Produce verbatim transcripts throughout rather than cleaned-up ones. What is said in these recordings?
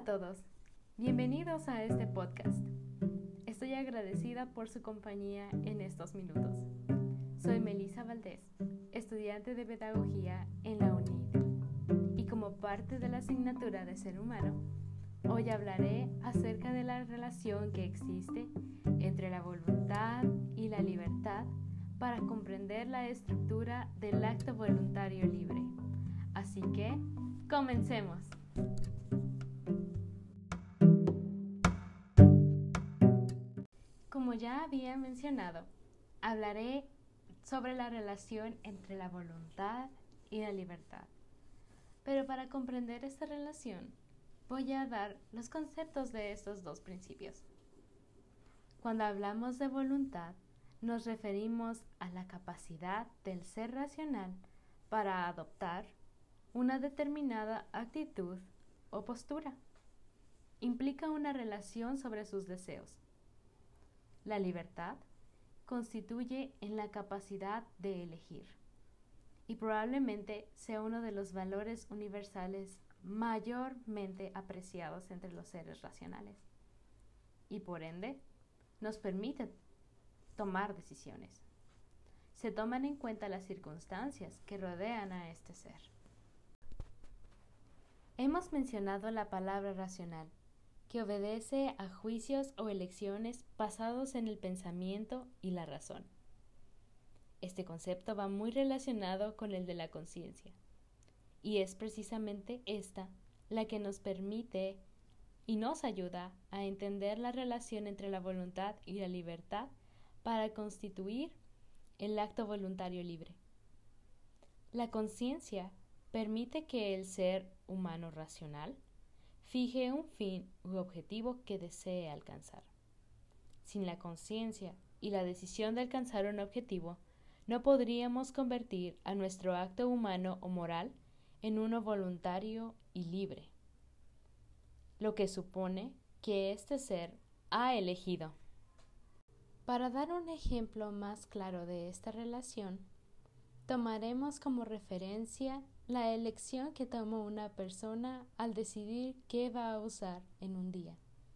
a todos, bienvenidos a este podcast. Estoy agradecida por su compañía en estos minutos. Soy Melissa Valdés, estudiante de Pedagogía en la U N I D, y como parte de la asignatura de Ser Humano, hoy hablaré acerca de la relación que existe entre la voluntad y la libertad para comprender la estructura del acto voluntario libre. Así que, comencemos. Como ya había mencionado, hablaré sobre la relación entre la voluntad y la libertad. Pero para comprender esta relación, voy a dar los conceptos de estos dos principios. Cuando hablamos de voluntad, nos referimos a la capacidad del ser racional para adoptar una determinada actitud o postura. Implica una relación sobre sus deseos. La libertad constituye en la capacidad de elegir y probablemente sea uno de los valores universales mayormente apreciados entre los seres racionales y por ende nos permite tomar decisiones. Se toman en cuenta las circunstancias que rodean a este ser. Hemos mencionado la palabra racional, que obedece a juicios o elecciones basados en el pensamiento y la razón. Este concepto va muy relacionado con el de la conciencia, y es precisamente esta la que nos permite y nos ayuda a entender la relación entre la voluntad y la libertad para constituir el acto voluntario libre. La conciencia permite que el ser humano racional fije un fin u objetivo que desee alcanzar. Sin la conciencia y la decisión de alcanzar un objetivo, no podríamos convertir a nuestro acto humano o moral en uno voluntario y libre, lo que supone que este ser ha elegido. Para dar un ejemplo más claro de esta relación, tomaremos como referencia la elección que toma una persona al decidir qué va a usar en un día.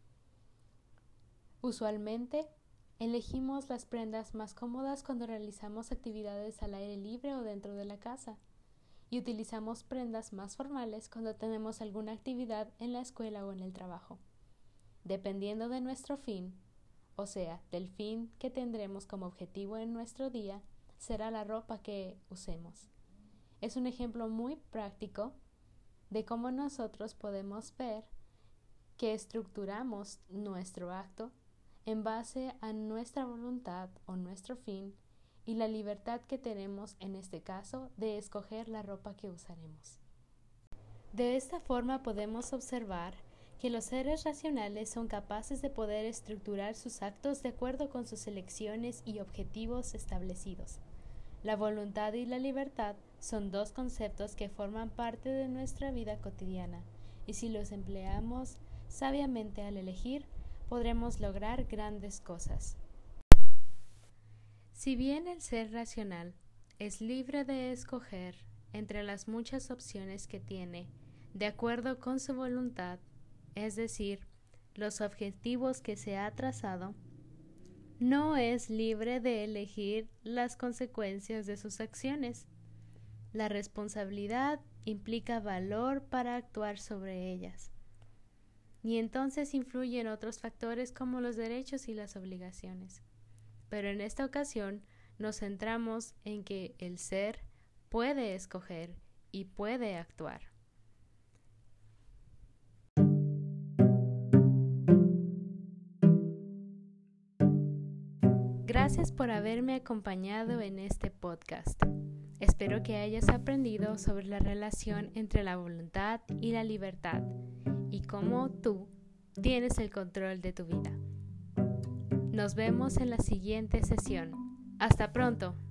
Usualmente, elegimos las prendas más cómodas cuando realizamos actividades al aire libre o dentro de la casa, y utilizamos prendas más formales cuando tenemos alguna actividad en la escuela o en el trabajo. Dependiendo de nuestro fin, o sea, del fin que tendremos como objetivo en nuestro día, será la ropa que usemos. Es un ejemplo muy práctico de cómo nosotros podemos ver que estructuramos nuestro acto en base a nuestra voluntad o nuestro fin y la libertad que tenemos en este caso de escoger la ropa que usaremos. De esta forma podemos observar que los seres racionales son capaces de poder estructurar sus actos de acuerdo con sus elecciones y objetivos establecidos. La voluntad y la libertad son dos conceptos que forman parte de nuestra vida cotidiana, y si los empleamos sabiamente al elegir, podremos lograr grandes cosas. Si bien el ser racional es libre de escoger entre las muchas opciones que tiene, de acuerdo con su voluntad, es decir, los objetivos que se ha trazado, no es libre de elegir las consecuencias de sus acciones. La responsabilidad implica valor para actuar sobre ellas, y entonces influyen otros factores como los derechos y las obligaciones. Pero en esta ocasión nos centramos en que el ser puede escoger y puede actuar. Gracias por haberme acompañado en este podcast. Espero que hayas aprendido sobre la relación entre la voluntad y la libertad y cómo tú tienes el control de tu vida. Nos vemos en la siguiente sesión. ¡Hasta pronto!